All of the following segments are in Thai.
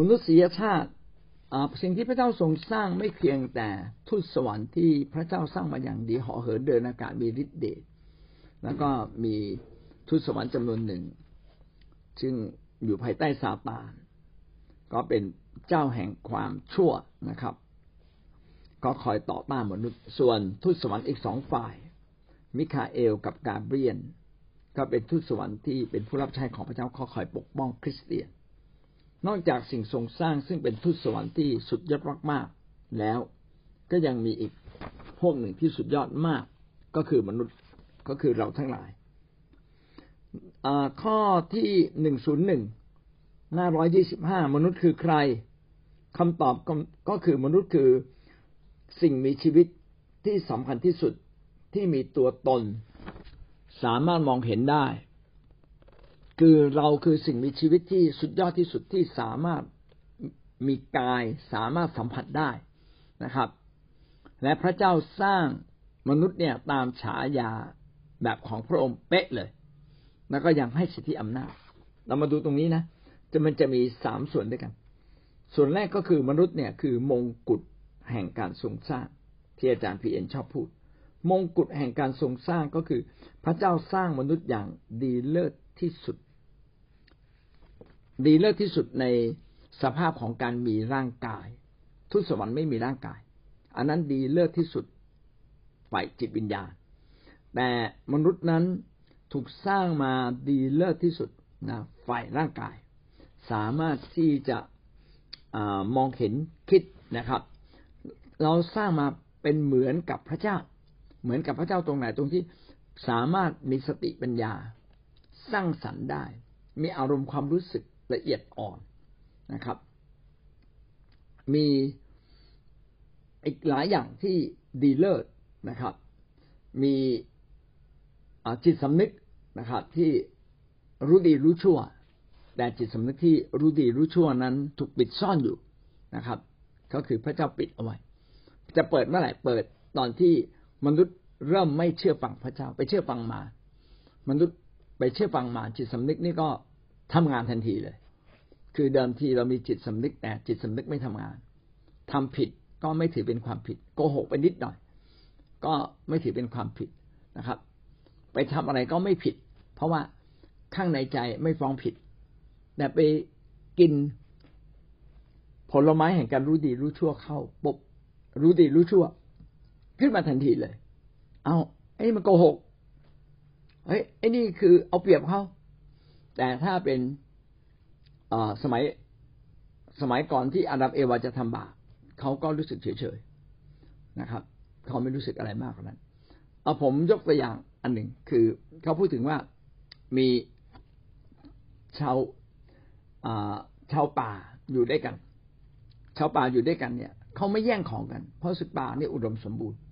นุษยชาติสิ่งที่พระเจ้าทรงสร้างไม่เพียงแต่ทูตสวรรค์ที่พระเจ้าสร้างมาอย่างดีเหาะเหินเดินอากาศมีฤทธิ์เดชแล้วก็มีทูตสวรรค์จำนวนหนึ่งซึ่งอยู่ภายใต้ซาตานก็เป็นเจ้าแห่งความชั่วนะครับก็คอยต่อต้านมนุษย์ส่วนทูตสวรรค์อีก2ฝ่ายมิคาเอลกับกาเบรียลก็เป็นทูตสวรรค์ที่เป็นผู้รับใช้ของพระเจ้าคอยปกป้องคริสเตียนนอกจากสิ่งทรงสร้างซึ่งเป็นทูตสวรรค์ที่สุดยอดมากๆแล้วก็ยังมีอีกพวกหนึ่งที่สุดยอดมากก็คือมนุษย์ก็คือเราทั้งหลายข้อที่101หน้า125มนุษย์คือใครคำตอบก็คือมนุษย์คือสิ่งมีชีวิตที่สำคัญที่สุดที่มีตัวตนสามารถมองเห็นได้คือเราคือสิ่งมีชีวิตที่สุดยอดที่สุดที่สามารถมีกายสามารถสัมผัสได้นะครับและพระเจ้าสร้างมนุษย์เนี่ยตามฉายาแบบของพระองค์เป๊ะเลยแล้วก็ยังให้สิทธิอำนาจเรามาดูตรงนี้นะมันจะมี3ส่วนด้วยกันส่วนแรกก็คือมนุษย์เนี่ยคือมงกุฎแห่งการทรงสร้างที่อาจารย์ PN ชอบพูดมงกุฎแห่งการทรงสร้างก็คือพระเจ้าสร้างมนุษย์อย่างดีเลิศที่สุดดีเลิศที่สุดในสภาพของการมีร่างกายทูตสวรรค์ไม่มีร่างกายอันนั้นดีเลิศที่สุดฝ่ายจิตวิญญาณแต่มนุษย์นั้นถูกสร้างมาดีเลิศที่สุดนะฝ่ายร่างกายสามารถที่จะมองเห็นคิดนะครับเราสร้างมาเป็นเหมือนกับพระเจ้าเหมือนกับพระเจ้าตรงไหนตรงที่สามารถมีสติปัญญาสร้างสรรค์ได้มีอารมณ์ความรู้สึกละเอียดอ่อนนะครับมีอีกหลายอย่างที่ดีเลิศนะครับมีจิตสำนึกนะครับที่รู้ดีรู้ชั่วแต่จิตสำนึกที่รู้ดีรู้ชั่วนั้นถูกปิดซ่อนอยู่นะครับก็คือพระเจ้าปิดเอาไว้จะเปิดเมื่อไหร่เปิดตอนที่มนุษย์เริ่มไม่เชื่อฟังพระเจ้าไปเชื่อฟังมนุษย์ไปเชื่อฟังจิตสำนึกนี่ก็ทำงานทันทีเลยคือเดิมทีเรามีจิตสำนึกแต่จิตสำนึกไม่ทำงานทำผิดก็ไม่ถือเป็นความผิดโกหกไปนิดหน่อยก็ไม่ถือเป็นความผิดนะครับไปทำอะไรก็ไม่ผิดเพราะว่าข้างในใจไม่ฟ้องผิดแต่ไปกินผลไม้แห่งการรู้ดีรู้ชั่วเข้าปุ๊บรู้ดีรู้ชั่วขึ้นมาทันทีเลยเอาไอ้มันโกหกไอ้นี่คือเอาเปรียบเขาแต่ถ้าเป็นสมัยก่อนที่อาดัมเอวาจะทำบาปเขาก็รู้สึกเฉยๆนะครับเขาไม่รู้สึกอะไรมากกว่านั้นผมยกตัวอย่างอันหนึ่งคือเขาพูดถึงว่ามีชาวป่าอยู่ด้วยกันชาวป่าอยู่ด้วยกันเนี่ยเขาไม่แย่งของกันเพราะสึกป่านี่อุดมสมบูรณ์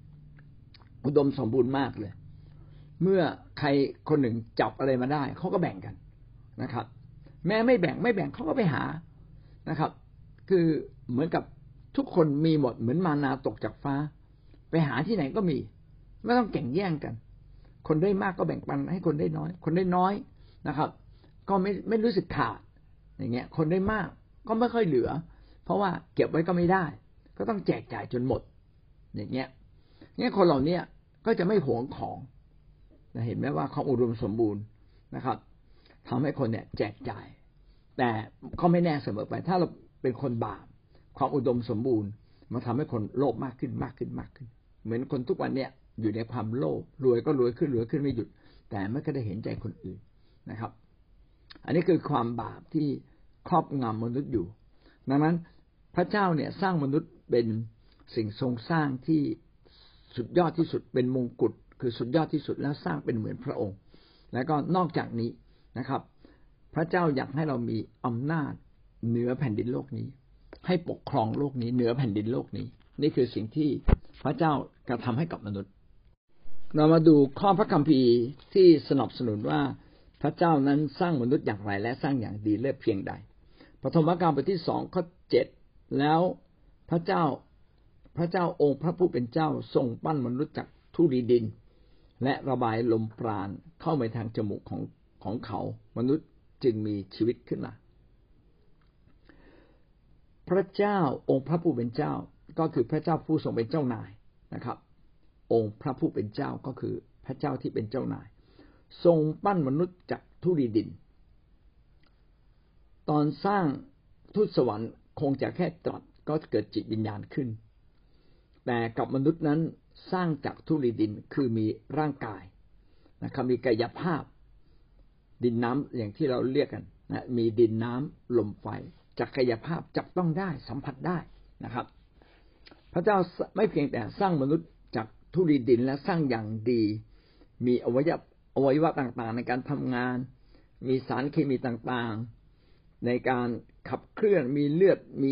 มากเลยเมื่อใครคนหนึ่งจับอะไรมาได้เขาก็แบ่งกันนะครับแม้ไม่แบ่งเขาก็ไปหานะครับคือเหมือนกับทุกคนมีหมดเหมือนมานาตกจากฟ้าไปหาที่ไหนก็มีไม่ต้องแข่งแย่งกันคนได้มากก็แบ่งปันให้คนได้น้อยคนได้น้อยนะครับก็ไม่รู้สึกขาดอย่างเงี้ยคนได้มากก็ไม่ค่อยเหลือเพราะว่าเก็บไว้ก็ไม่ได้ก็ต้องแจกจ่ายจนหมดอย่างเงี้ยคนเหล่านี้ก็จะไม่หวงของเห็นไหมว่าเขาอุดมสมบูรณ์นะครับทำให้คนเนี่ยแจกจ่ายแต่ก็ไม่แน่เสมอไปถ้าเราเป็นคนบาปความอุดมสมบูรณ์มันทำให้คนโลภมากขึ้นเหมือนคนทุกวันเนี่ยอยู่ในความโลภรวยก็รวยขึ้นไม่หยุดแต่ไม่เคยได้เห็นใจคนอื่นนะครับอันนี้คือความบาปที่ครอบงำมนุษย์อยู่ดังนั้นพระเจ้าเนี่ยสร้างมนุษย์เป็นสิ่งทรงสร้างที่สุดยอดที่สุดเป็นมงกุฎคือสุดยอดที่สุดแล้วสร้างเป็นเหมือนพระองค์แล้วก็นอกจากนี้นะครับพระเจ้าอยากให้เรามีอำนาจเหนือแผ่นดินโลกนี้ให้ปกครองโลกนี้เหนือแผ่นดินโลกนี้นี่คือสิ่งที่พระเจ้ากระทำให้กับมนุษย์เรามาดูข้อพระคัมภีร์ที่สนับสนุนว่าพระเจ้านั้นสร้างมนุษย์อย่างไรและสร้างอย่างดีเลิศเพียงใดปฐมกาลบทที่2ข้อ7แล้วพระเจ้าองค์พระผู้เป็นเจ้าทรงปั้นมนุษย์จากธุลีดินและระบายลมปราณเข้าไปทางจมูกของเขามนุษย์จึงมีชีวิตขึ้นมาพระเจ้าองค์พระผู้เป็นเจ้าก็คือพระเจ้าผู้ทรงเป็นเจ้านายนะครับองค์พระผู้เป็นเจ้าก็คือพระเจ้าที่เป็นเจ้านายทรงปั้นมนุษย์จากธุลีดินตอนสร้างทูตสวรรค์คงจะแค่ตรัสก็เกิดจิตวิญญาณขึ้นแต่กับมนุษย์นั้นสร้างจากธุลีดินคือมีร่างกายนะครับมีกายภาพดินน้ำอย่างที่เราเรียกกันนะมีดินน้ำลมไฟจากกายภาพจับต้องได้สัมผัสได้นะครับพระเจ้าไม่เพียงแต่สร้างมนุษย์จากธุลีดินและสร้างอย่างดีมีอวัยวะต่างๆในการทำงานมีสารเคมีต่างๆในการขับเคลื่อนมีเลือดมี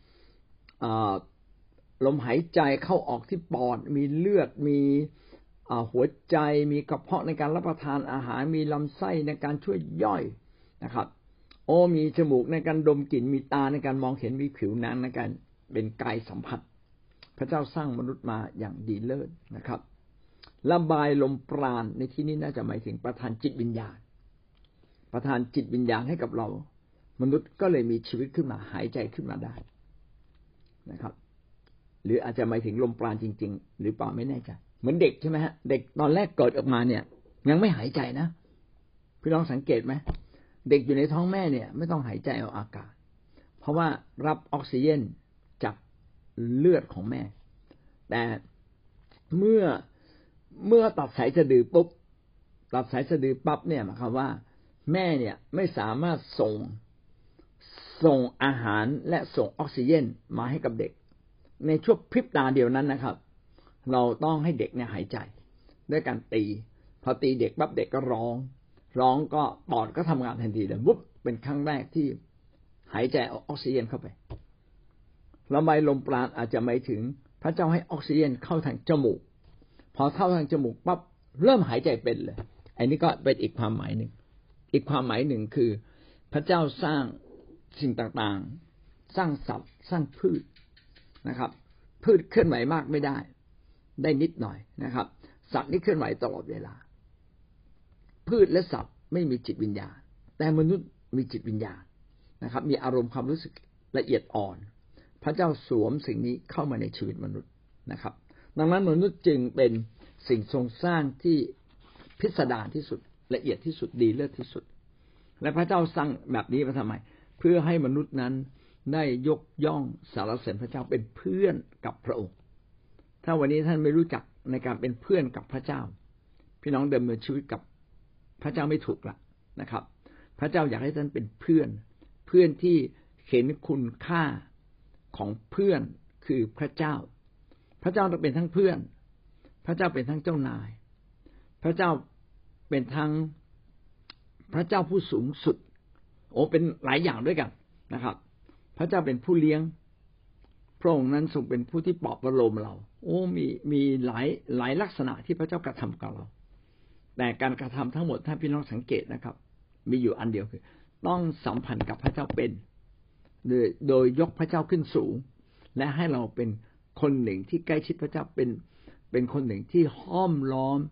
ลมหายใจเข้าออกที่ปอดมีเลือดมีหัวใจมีกระเพาะในการรับประทานอาหารมีลำไส้ในการช่วยย่อยนะครับมีจมูกในการดมกลิ่นมีตาในการมองเห็นมีผิวหนังในการเป็นกายสัมผัสพระเจ้าสร้างมนุษย์มาอย่างดีเลิศนะครับระบายลมปราณในที่นี้น่าจะหมายถึงประทานจิตวิญญาณประทานจิตวิญญาณให้กับเรามนุษย์ก็เลยมีชีวิตขึ้นมาหายใจขึ้นมาได้นะครับหรืออาจจะหมายถึงลมปราณจริงๆหรือเปล่าไม่แน่ใจเหมือนเด็กใช่ไหมฮะเด็กตอนแรกเกิดออกมาเนี่ยยังไม่หายใจนะพี่น้องสังเกตไหมเด็กอยู่ในท้องแม่เนี่ยไม่ต้องหายใจเอาอากาศเพราะว่ารับออกซิเจนจากเลือดของแม่แต่เมื่อตัดสายสะดือปุ๊บตัดสายสะดือปั๊บเนี่ยหมายความว่าแม่เนี่ยไม่สามารถส่งอาหารและส่งออกซิเจนมาให้กับเด็กในช่วงพริบตาเดียวนั้นนะครับเราต้องให้เด็กเนี่ยหายใจด้วยการตีพอตีเด็กปั๊บเด็กก็ร้องก็ปอดก็ทำงานทันทีเลยปุ๊บเป็นครั้งแรกที่หายใจเอาออกซิเจนเข้าไประบายลมปราณอาจจะหมายถึงพระเจ้าให้ออกซิเจนเข้าทางจมูกพอเข้าทางจมูกปั๊บเริ่มหายใจเป็นเลยอันนี้ก็เป็นอีกความหมายหนึ่งอีกความหมายหนึ่งคือพระเจ้าสร้างสิ่งต่างๆสร้างสัตว์สร้างพืชนะครับพืชเคลื่อนไหวมากไม่ได้นิดหน่อยนะครับสัตว์นี่เคลื่อนไหวตลอดเวลาพืชและสัตว์ไม่มีจิตวิญญาณแต่มนุษย์มีจิตวิญญาณนะครับมีอารมณ์ความรู้สึกละเอียดอ่อนพระเจ้าสวมสิ่งนี้เข้ามาในชีวิตมนุษย์นะครับดังนั้นมนุษย์จึงเป็นสิ่งทรงสร้างที่พิสดารที่สุดละเอียดที่สุดดีเลิศที่สุดและพระเจ้าสร้างแบบนี้มาทำไมเพื่อให้มนุษย์นั้นได้ยกย่องสรรเสริญพระเจ้าเป็นเพื่อนกับพระองค์ถ้าวันนี้ท่านไม่รู้จักในการเป็นเพื่อนกับพระเจ้าพี่น้องดำเนินชีวิตกับพระเจ้าไม่ถูกละนะครับพระเจ้าอยากให้ท่านเป็นเพื่อนที่เห็นคุณค่าของเพื่อนคือพระเจ้าพระเจ้าต้องเป็นทั้งเพื่อนพระเจ้าเป็นทั้งเจ้านายพระเจ้าเป็นทั้งพระเจ้าผู้สูงสุดเป็นหลายอย่างด้วยกันนะครับพระเจ้าเป็นผู้เลี้ยงพระองค์นั้นทรงเป็นผู้ที่ปลอบประโลมเรามีหลายลักษณะที่พระเจ้ากระทำกับเราแต่การกระทำทั้งหมดถ้าพี่น้องสังเกตนะครับมีอยู่อันเดียวคือต้องสัมพันธ์กับพระเจ้าเป็นโดยยกพระเจ้าขึ้นสูงและให้เราเป็นคนหนึ่งที่ใกล้ชิดพระเจ้าเป็นคนหนึ่งที่ห้อมล้อม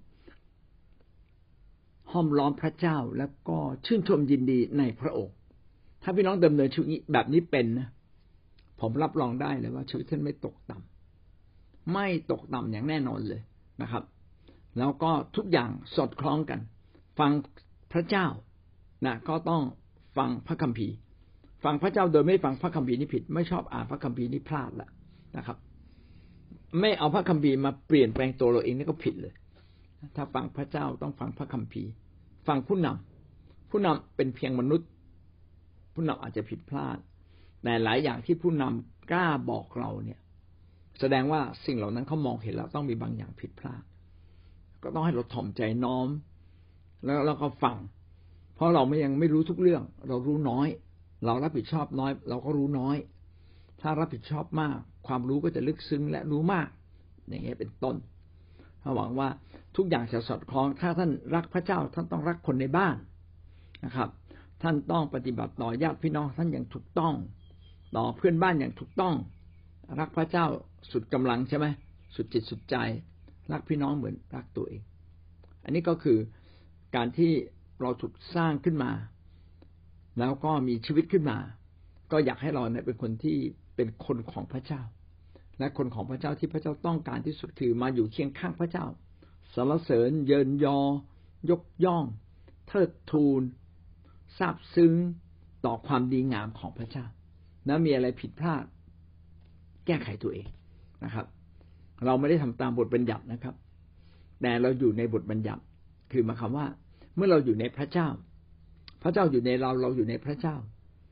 พระเจ้าแล้วก็ชื่นชมยินดีในพระองค์ถ้าพี่น้องดำเนินชีวิตแบบนี้เป็นนะผมรับรองได้เลยว่าชีวิตท่านไม่ตกต่ำอย่างแน่นอนเลยนะครับแล้วก็ทุกอย่างสอดคล้องกันฟังพระเจ้านะก็ต้องฟังพระคัมภีร์ฟังพระเจ้าโดยไม่ฟังพระคัมภีร์นี่ผิดไม่ชอบอ่านพระคัมภีร์นี่พลาดละนะครับไม่เอาพระคัมภีร์มาเปลี่ยนแปลงตัวเราเองนี่ก็ผิดเลยถ้าฟังพระเจ้าต้องฟังพระคัมภีร์ฟังผู้นำเป็นเพียงมนุษย์ผู้นำอาจจะผิดพลาดแต่หลายอย่างที่ผู้นำกล้าบอกเราเนี่ยแสดงว่าสิ่งเหล่านั้นเขามองเห็นแล้วต้องมีบางอย่างผิดพลาดก็ต้องให้เราถ่อมใจน้อมแล้วก็ฟังเพราะเรายังไม่รู้ทุกเรื่องเรารู้น้อยเรารับผิดชอบน้อยเราก็รู้น้อยถ้ารับผิดชอบมากความรู้ก็จะลึกซึ้งและรู้มากอย่างนี้เป็นต้นหวังว่าทุกอย่างจะสอดคล้องถ้าท่านรักพระเจ้าท่านต้องรักคนในบ้านนะครับท่านต้องปฏิบัติต่อญาติพี่น้องท่านอย่างถูกต้องต่อเพื่อนบ้านอย่างถูกต้องรักพระเจ้าสุดกำลังใช่ไหมสุดจิตสุดใจรักพี่น้องเหมือนรักตัวเองอันนี้ก็คือการที่เราถูกสร้างขึ้นมาแล้วก็มีชีวิตขึ้นมาก็อยากให้เราเนี่ยเป็นคนที่เป็นคนของพระเจ้าและคนของพระเจ้าที่พระเจ้าต้องการที่สุดคือมาอยู่เคียงข้างพระเจ้าสรรเสริญเยินยอยกย่องเทิดทูนซาบซึ้งต่อความดีงามของพระเจ้าและมีอะไรผิดพลาดแก้ไขตัวเองนะครับเราไม่ได้ทำตามบทบัญญัตินะครับแต่เราอยู่ในบทบัญญัติคือหมายความว่าเมื่อเราอยู่ในพระเจ้าพระเจ้าอยู่ในเราเราอยู่ในพระเจ้า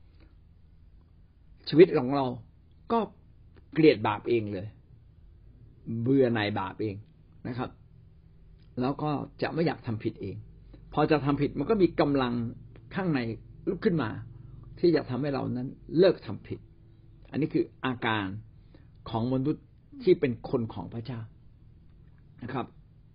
ชีวิตของเราก็เกลียดบาปเองเลยเบื่อหน่ายบาปเองนะครับแล้วก็จะไม่อยากทำผิดเองพอจะทำผิดมันก็มีกำลังข้างในลุกขึ้นมาที่จะทำให้เรานั้นเลิกทำผิดอันนี้คืออาการของมนุษย์ที่เป็นคนของพระเจ้านะครับ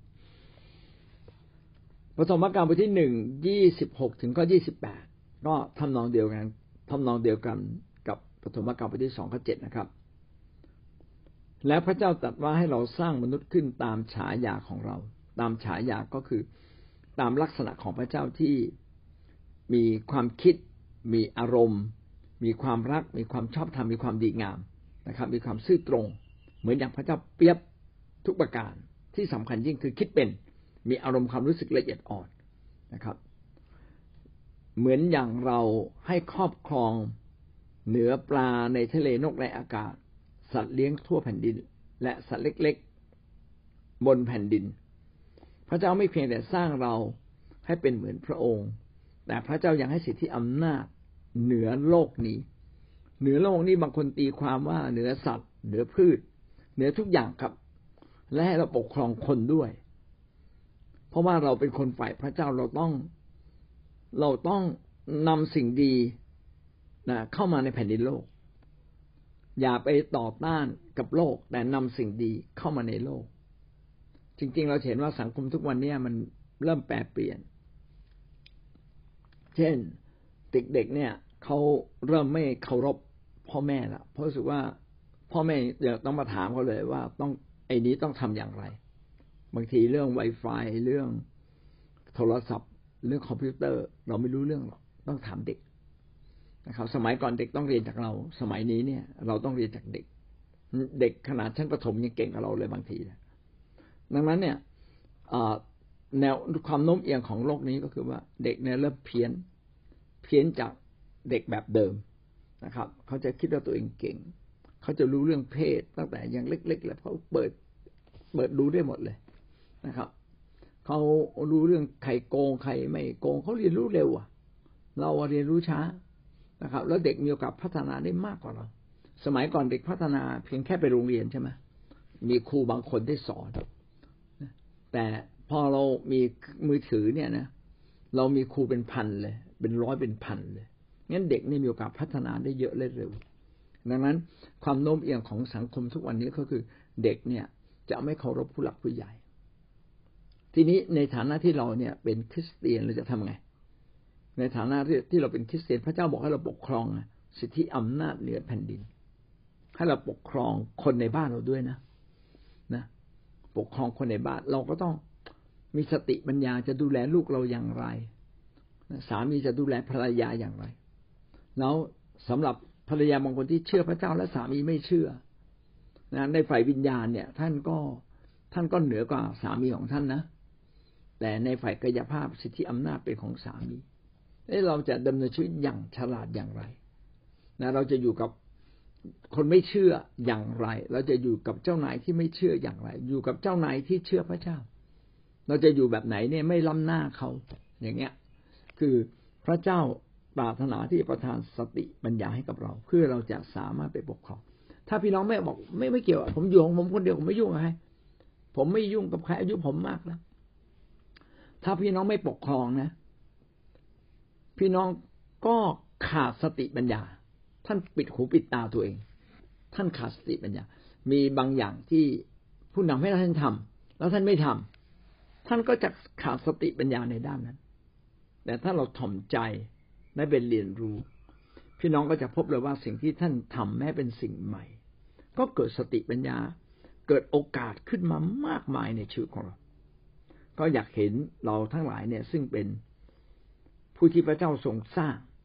ปฐมกาลบทที่1:26 ถึงข้อ 28ก็ทำนองเดียวกันกับปฐมกาลบทที่2 ข้อ 7นะครับและพระเจ้าตรัสว่าให้เราสร้างมนุษย์ขึ้นตามฉายาของเราตามฉายาก็คือตามลักษณะของพระเจ้าที่มีความคิดมีอารมณ์มีความรักมีความชอบธรรมมีความดีงามนะครับมีความซื่อตรงเหมือนอย่างพระเจ้าเปรียบทุกประการที่สำคัญยิ่งคือคิดเป็นมีอารมณ์ความรู้สึกละเอียดอ่อนนะครับเหมือนอย่างเราให้ครอบครองเหนือปลาในทะเลนกในอากาศสัตว์เลี้ยงทั่วแผ่นดินและสัตว์เล็กๆบนแผ่นดินพระเจ้าไม่เพียงแต่สร้างเราให้เป็นเหมือนพระองค์แต่พระเจ้ายังให้สิทธิอำนาจเหนือโลกนี้เหนือโลกนี้บางคนตีความว่าเหนือสัตว์เหนือพืชเหนือทุกอย่างครับและให้เราปกครองคนด้วยเพราะว่าเราเป็นคนฝ่ายพระเจ้าเราต้องนำสิ่งดีเข้ามาในแผ่นดินโลกอย่าไปต่อต้านกับโลกแต่นำสิ่งดีเข้ามาในโลกจริงๆเราเห็นว่าสังคมทุกวันนี้มันเริ่มแปรเปลี่ยนเช่นเด็กๆเนี่ยเขาเริ่มไม่เคารพพ่อแม่ละเพราะรู้สึกว่าพ่อแม่ต้องมาถามเขาเลยว่าต้องไอ้นี้ต้องทำอย่างไรบางทีเรื่อง Wi-Fi เรื่องโทรศัพท์เรื่องคอมพิวเตอร์เราไม่รู้เรื่องหรอกต้องถามเด็กนะครับสมัยก่อนเด็กต้องเรียนจากเราสมัยนี้เนี่ยเราต้องเรียนจากเด็กขนาดชั้นประถมยังเก่งกว่าเราเลยบางทีดังนั้นเนี่ยแนวความโน้มเอียงของโลกนี้ก็คือว่าเด็กเนี่ยเริ่มเพี้ยนจากเด็กแบบเดิมนะครับเขาจะคิดว่าตัวเองเก่งเขาจะรู้เรื่องเพศตั้งแต่ยังเล็กๆแล้วเขาเปิดดูได้หมดเลยนะครับเขารู้เรื่องใครโกงใครไม่โกงเขาเรียนรู้เร็วเราเรียนรู้ช้านะครับแล้วเด็กมีโอกาสพัฒนาได้มากกว่าเราสมัยก่อนเด็กพัฒนาเพียงแค่ไปโรงเรียนใช่ไหมมีครูบางคนได้สอนแต่พอเรามีมือถือเนี่ยนะเรามีครูเป็นพันเลยเป็นร้อยเป็นพันเลยงั้นเด็กนี่มีโอกาสพัฒนาได้เยอะและเร็วดังนั้นความโน้มเอียงของสังคมทุกวันนี้ก็คือเด็กเนี่ยจะไม่เคารพผู้หลักผู้ใหญ่ทีนี้ในฐานะที่เราเนี่ยเป็นคริสเตียนเราจะทำไงในฐานะที่เราเป็นคริสเตียนพระเจ้าบอกให้เราปกครองสิทธิอำนาจเหนือแผ่นดินให้เราปกครองคนในบ้านเราด้วยนะปกครองคนในบ้านเราก็ต้องมีสติปัญญาจะดูแลลูกเราอย่างไรสามีจะดูแลภรรยาอย่างไรแล้วสำหรับภรรยาบางคนที่เชื่อพระเจ้าและสามีไม่เชื่อในฝ่ายวิญญาณเนี่ยท่านก็เหนือกว่าสามีของท่านนะแต่ในฝ่ายกายภาพสิทธิอำนาจเป็นของสามีเราจะดำเนินชีวิตอย่างฉลาดอย่างไรเราจะอยู่กับคนไม่เชื่ออย่างไรเราจะอยู่กับเจ้านายที่ไม่เชื่ออย่างไรอยู่กับเจ้านายที่เชื่อพระเจ้าเราจะอยู่แบบไหนเนี่ยไม่ล้ำหน้าเขาอย่างเงี้ยคือพระเจ้าปรารถนาที่จะประทานสติปัญญาให้กับเราเพื่อเราจะสามารถไปปกครองถ้าพี่น้องแม่บอกไม่เกี่ยวผมอยู่ของผมคนเดียวผมไม่ยุ่งกับใครผมไม่ยุ่งกับใครอายุผมมากแล้วถ้าพี่น้องไม่ปกครองนะพี่น้องก็ขาดสติปัญญาท่านปิดหูปิดตาตัวเองท่านขาดสติปัญญามีบางอย่างที่ผู้นำให้ท่านทำแล้วท่านไม่ทำท่านก็จะขาดสติปัญญาในด้านนั้นแต่ถ้าเราถ่อมใจได้เป็นเรียนรู้พี่น้องก็จะพบเลยว่าสิ่งที่ท่านทำแม้เป็นสิ่งใหม่ก็เกิดสติปัญญาเกิดโอกาสขึ้นมามากมายในชีวิตของเราก็อยากเห็นเราทั้งหลายเนี่ยซึ่งเป็นผู้ที่พระเจ้าทรงสร้าง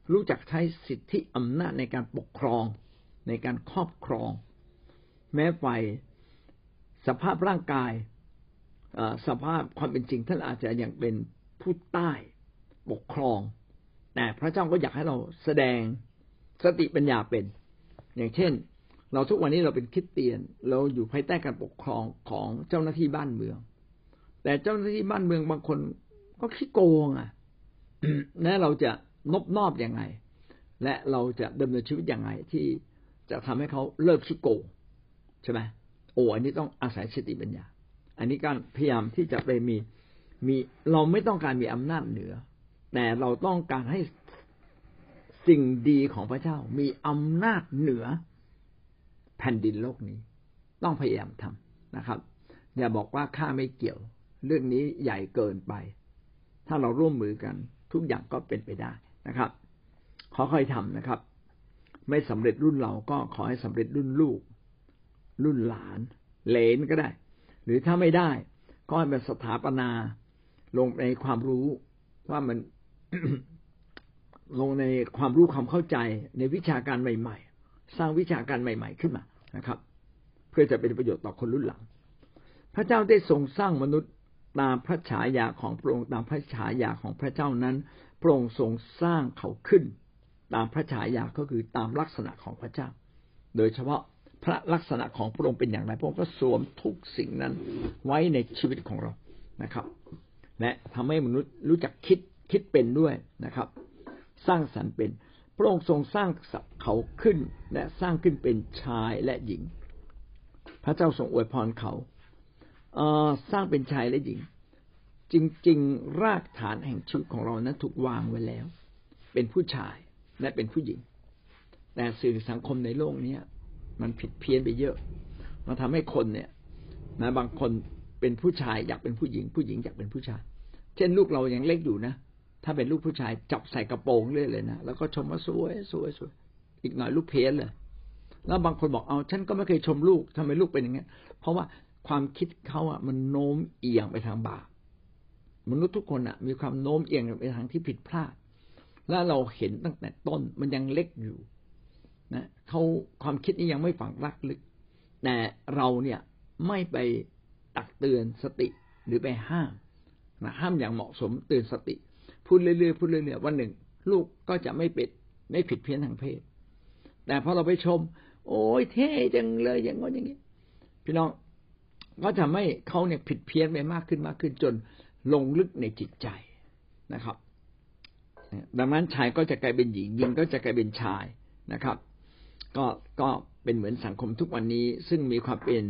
รู้จักใช้สิทธิอำนาจในการปกครองในการครอบครองแม้ฝ่ายสภาพร่างกายสภาพความเป็นจริงท่านอาจจะยังเป็นผู้ใต้ปกครองแต่พระเจ้าก็อยากให้เราแสดงสติปัญญาเป็นอย่างเช่นเราทุกวันนี้เราเป็นคริสเตียนเราอยู่ภายใต้การปกครองของเจ้าหน้าที่บ้านเมืองแต่เจ้าหน้าที่บ้านเมืองบางคนก็ขี้โกงและเราจะนบนอบยังไงและเราจะดำเนินชีวิตยังไงที่จะทำให้เขาเลิกขี้โกงใช่ไหมอันนี้ต้องอาศัยสติปัญญาอันนี้การพยายามที่จะไปมีเราไม่ต้องการมีอำนาจเหนือแต่เราต้องการให้สิ่งดีของพระเจ้ามีอำนาจเหนือแผ่นดินโลกนี้ต้องพยายามทำนะครับอย่าบอกว่าข้าไม่เกี่ยวเรื่องนี้ใหญ่เกินไปถ้าเราร่วมมือกันทุกอย่างก็เป็นไปได้นะครับขอค่อยทำนะครับไม่สำเร็จรุ่นเราก็ขอให้สำเร็จรุ่นลูกรุ่นหลานเหลนก็ได้หรือถ้าไม่ได้ก็ให้มันสถาปนาลงในความรู้ว่ามัน ลงในความรู้ความเข้าใจในวิชาการใหม่ๆสร้างวิชาการใหม่ๆขึ้นมานะครับเพื่อจะเป็นประโยชน์ต่อคนรุ่นหลังพระเจ้าได้ทรงสร้างมนุษย์ตามพระฉายาของพระองค์ตามพระฉายาของพระเจ้านั้นพระองค์ทรงสร้างเขาขึ้นตามพระฉายาก็คือตามลักษณะของพระเจ้าโดยเฉพาะพระลักษณะของพระองค์เป็นอย่างไรพระองค์ก็สวมทุกสิ่งนั้นไว้ในชีวิตของเรานะครับและทำให้มนุษย์รู้จักคิดเป็นด้วยนะครับสร้างสรรค์เป็นพระองค์ทรงสร้างเขาขึ้นและสร้างขึ้นเป็นชายและหญิงพระเจ้าทรงอวยพรเขาสร้างเป็นชายและหญิงจริงๆรากฐานแห่งชีวิตของเรานั้นถูกวางไว้แล้วเป็นผู้ชายและเป็นผู้หญิงแต่สื่อสังคมในโลกนี้มันผิดเพี้ยนไปเยอะมันทำให้คนเนี่ยนะบางคนเป็นผู้ชายอยากเป็นผู้หญิงผู้หญิงอยากเป็นผู้ชายเช่นลูกเรายังเล็กอยู่นะถ้าเป็นลูกผู้ชายจับใส่กระโปรงเรื่อยเลยนะแล้วก็ชมว่าสวยสวยสวยอีกหน่อยลูกเพี้ยนเลยแล้วบางคนบอกฉันก็ไม่เคยชมลูกทำไมลูกเป็นอย่างนี้เพราะว่าความคิดเขามันโน้มเอียงไปทางบาปมนุษย์ทุกคนมีความโน้มเอียงไปทางที่ผิดพลาดและเราเห็นตั้งแต่ต้นมันยังเล็กอยู่นะเขาความคิดนี้ยังไม่ฝังรากลึกแต่เราเนี่ยไม่ไปตักเตือนสติหรือไปห้ามอย่างเหมาะสมเตือนสติพูดเรื่อยๆพูดเรื่อยๆวันหนึ่งลูกก็จะไม่ผิดเพี้ยนทางเพศแต่พอเราไปชมโอ้ยเท่จังเลยอย่างงี้อย่างนี้พี่น้องก็ทำให้เขาเนี่ยผิดเพี้ยนไปมากขึ้นจนลงลึกในจิตใจนะครับดังนั้นชายก็จะกลายเป็นหญิงหญิงก็จะกลายเป็นชายนะครับก็เป็นเหมือนสังคมทุกวันนี้ซึ่งมีความเป็น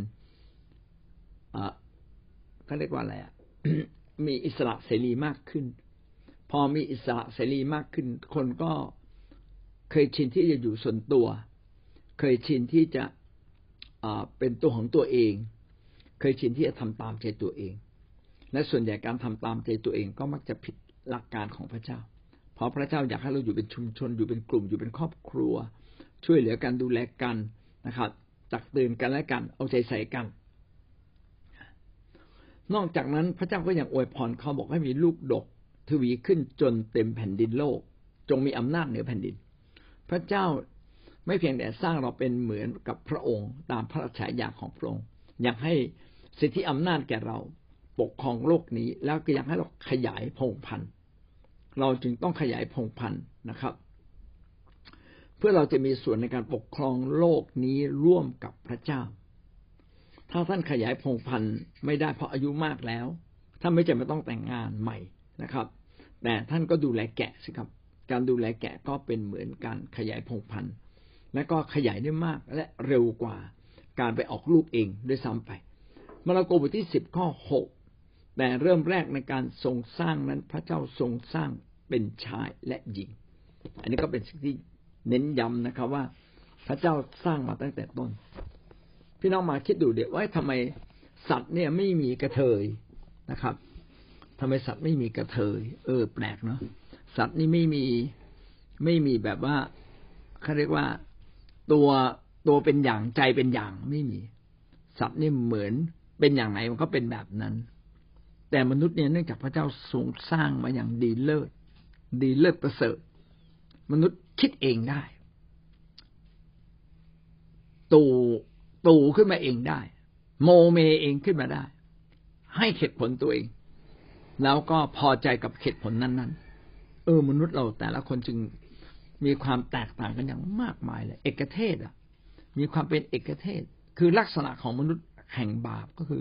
เขาเรียกว่าอะไรมีอิสระเสรีมากขึ้นพอมีอิสระเสรีมากขึ้นคนก็เคยชินที่จะอยู่ส่วนตัวเคยชินที่จะเป็นตัวของตัวเองเคยชินที่จะทำตามใจตัวเองและส่วนใหญ่การทำตามใจตัวเองก็มักจะผิดหลักการของพระเจ้าเพราะพระเจ้าอยากให้เราอยู่เป็นชุมชนอยู่เป็นกลุ่มอยู่เป็นครอบครัวช่วยเหลือกันดูแลกันนะครับตักเตือนกันและกันเอาใจใส่กันนอกจากนั้นพระเจ้าก็ยังอวยพรเขาบอกให้มีลูกดกทวีขึ้นจนเต็มแผ่นดินโลกจงมีอำนาจเหนือแผ่นดินพระเจ้าไม่เพียงแต่สร้างเราเป็นเหมือนกับพระองค์ตามพระฉายาของพระองค์อยากให้สิทธิอำนาจแก่เราปกครองโลกนี้แล้วก็อยากให้เราขยายพงศ์พันธุ์เราจึงต้องขยายพงศ์พันธุ์นะครับเพื่อเราจะมีส่วนในการปกครองโลกนี้ร่วมกับพระเจ้าถ้าท่านขยายพงศ์พันธุ์ไม่ได้เพราะอายุมากแล้วท่านไม่จำเป็นต้องแต่งงานใหม่นะครับแต่ท่านก็ดูแลแกะสิครับการดูแลแกะก็เป็นเหมือนการขยายพงศ์พันธุ์และก็ขยายได้มากและเร็วกว่าการไปออกลูกเองด้วยซ้ำไปมาระโกบทที่10ข้อ6แต่เริ่มแรกในการทรงสร้างนั้นพระเจ้าทรงสร้างเป็นชายและหญิงอันนี้ก็เป็นสิ่งที่เน้นย้ำนะครับว่าพระเจ้าสร้างมาตั้งแต่ต้นพี่น้องมาคิดดูเดี๋ยวว่าทำไมสัตว์เนี่ยไม่มีกระเทยนะครับทำไมสัตว์ไม่มีกระเทยแปลกเนาะสัตว์นี่ไม่มีแบบว่าเขาเรียกว่าตัวเป็นอย่างใจเป็นอย่างไม่มีสัตว์นี่เหมือนเป็นอย่างไหนมันก็เป็นแบบนั้นแต่มนุษย์เนี่ยเนื่องจากพระเจ้าทรงสร้างมาอย่างดีเลิศประเสริฐมนุษย์คิดเองได้ตู่ขึ้นมาเองได้โมเมเองขึ้นมาได้ให้เหตุผลตัวเองแล้วก็พอใจกับเหตุผลนั้นๆมนุษย์เราแต่ละคนจึงมีความแตกต่างกันอย่างมากมายเลยเอกเทศมีความเป็นเอกเทศคือลักษณะของมนุษย์แห่งบาปก็คือ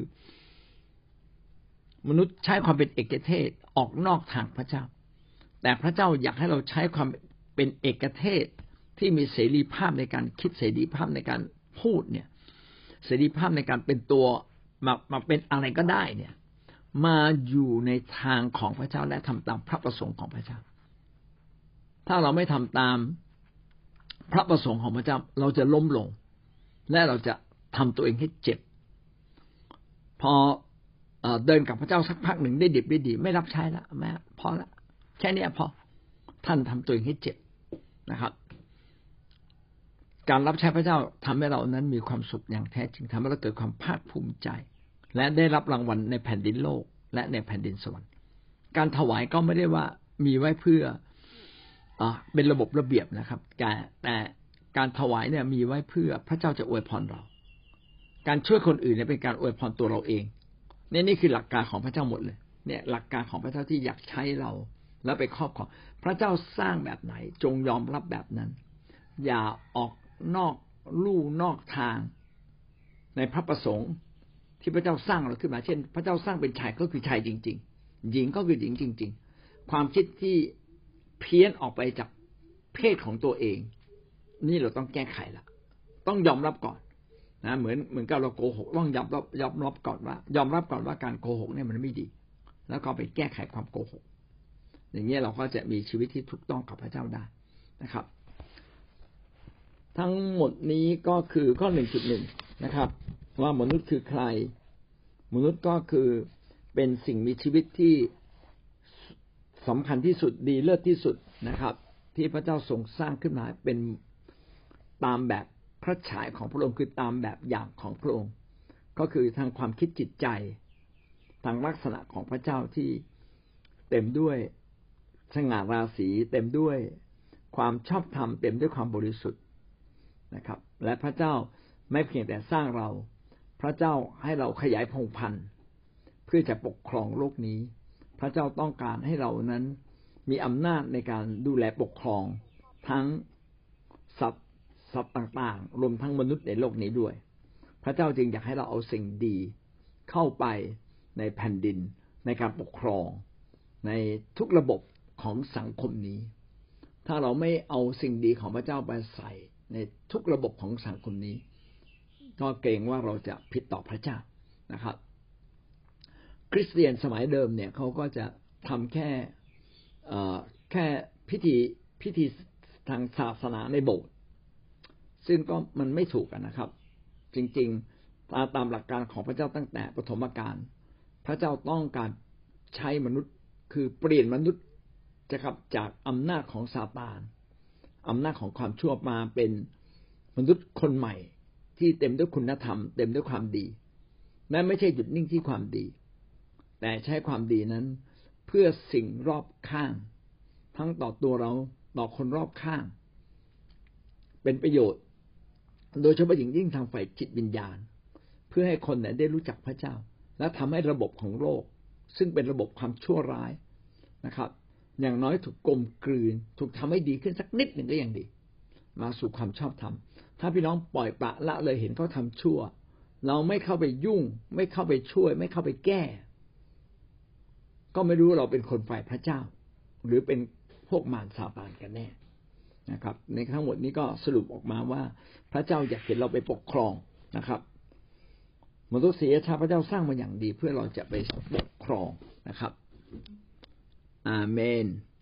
มนุษย์ใช้ความเป็นเอกเทศออกนอกทางพระเจ้าแต่พระเจ้าอยากให้เราใช้ความเป็นเอกเทศที่มีเสรีภาพในการคิดเสรีภาพในการพูดเนี่ยเสรีภาพในการเป็นตัวมาเป็นอะไรก็ได้เนี่ยมาอยู่ในทางของพระเจ้าและทำตามพระประสงค์ของพระเจ้าถ้าเราไม่ทำตามพระประสงค์ของพระเจ้าเราจะล้มลงและเราจะทำตัวเองให้เจ็บพอเดินกับพระเจ้าสักพักหนึ่งได้ดิบได้ดีไม่รับใช้แล้วแม่พอละแค่นี้พอท่านทำตัวเองให้เจ็บนะครับการรับใช้พระเจ้าทำให้เรานั้นมีความสุขอย่างแท้จริงทำให้เราเกิดความภาคภูมิใจและได้รับรางวัลในแผ่นดินโลกและในแผ่นดินสวรรค์การถวายก็ไม่ได้ว่ามีไว้เพื่อเป็นระบบระเบียบนะครับแต่การถวายเนี่ยมีไว้เพื่อพระเจ้าจะอวยพรเราการช่วยคนอื่นเนี่ยเป็นการอวยพรตัวเราเองนี่คือหลักการของพระเจ้าหมดเลยเนี่ยหลักการของพระเจ้าที่อยากใช้เราแล้วไปครอบครองพระเจ้าสร้างแบบไหนจงยอมรับแบบนั้นอย่าออกนอกลู่นอกทางในพระประสงค์ที่พระเจ้าสร้างเราขึ้นมาเช่นพระเจ้าสร้างเป็นชายก็คือชายจริงๆหญิงก็คือหญิงจริงๆความคิดที่เพี้ยนออกไปจากเพศของตัวเองนี่เราต้องแก้ไขละต้องยอมรับก่อนนะเหมือนกับเราโกหกต้องยอมรับก่อนว่าการโกหกเนี่ยมันไม่ดีแล้วก็ไปแก้ไขความโกหกอย่างนี้เราก็จะมีชีวิตที่ถูกต้องกับพระเจ้าได้นะครับทั้งหมดนี้ก็คือข้อ 1.1 นะครับว่ามนุษย์คือใครมนุษย์ก็คือเป็นสิ่งมีชีวิตที่สำคัญที่สุดดีเลิศที่สุดนะครับที่พระเจ้าทรงสร้างขึ้นมาเป็นตามแบบพระฉายของพระองค์คือตามแบบอย่างของพระองค์ก็คือทางความคิดจิตใจทางลักษณะของพระเจ้าที่เต็มด้วยสง่าราศีเต็มด้วยความชอบธรรมเต็มด้วยความบริสุทธิ์นะครับและพระเจ้าไม่เพียงแต่สร้างเราพระเจ้าให้เราขยายพงศ์พันธุ์เพื่อจะปกครองโลกนี้พระเจ้าต้องการให้เรานั้นมีอำนาจในการดูแลปกครองทั้งสัตว์ต่างๆรวมทั้งมนุษย์ในโลกนี้ด้วยพระเจ้าจึงอยากให้เราเอาสิ่งดีเข้าไปในแผ่นดินในการปกครองในทุกระบบของสังคมนี้ถ้าเราไม่เอาสิ่งดีของพระเจ้าไปใส่ในทุกระบบของสังคมนี้ก็เกรงว่าเราจะผิดต่อพระเจ้านะครับคริสเตียนสมัยเดิมเนี่ยเขาก็จะทำแค่พิธีทางศาสนาในโบสถ์ซึ่งก็มันไม่ถูกกันนะครับจริงๆตามหลักการของพระเจ้าตั้งแต่ปฐมกาลพระเจ้าต้องการใช้มนุษย์คือเปลี่ยนมนุษย์จากอำนาจของซาตานอำนาจของความชั่วมาเป็นมนุษย์คนใหม่ที่เต็มด้วยคุณธรรมเต็มด้วยความดีและไม่ใช่หยุดนิ่งที่ความดีแต่ใช้ความดีนั้นเพื่อสิ่งรอบข้างทั้งต่อตัวเราต่อคนรอบข้างเป็นประโยชน์โดยเฉพาะอย่างยิ่งทางฝ่ายจิตวิญญาณเพื่อให้คนได้รู้จักพระเจ้าและทำให้ระบบของโลกซึ่งเป็นระบบความชั่วร้ายนะครับอย่างน้อยถูกกลมกลืนถูกทำให้ดีขึ้นสักนิดหนึ่งก็ยังดีมาสู่ความชอบธรรมถ้าพี่น้องปล่อยปละละเลยเห็นเขาทำชั่วเราไม่เข้าไปยุ่งไม่เข้าไปช่วยไม่เข้าไปแก้ก็ไม่รู้เราเป็นคนฝ่ายพระเจ้าหรือเป็นพวกมารซาตานกันแน่นะครับในทั้งหมดนี้ก็สรุปออกมาว่าพระเจ้าอยากเห็นเราไปปกครองนะครับมนุษยชาติพระเจ้าสร้างมาอย่างดีเพื่อเราจะไปปกครองนะครับอาเมน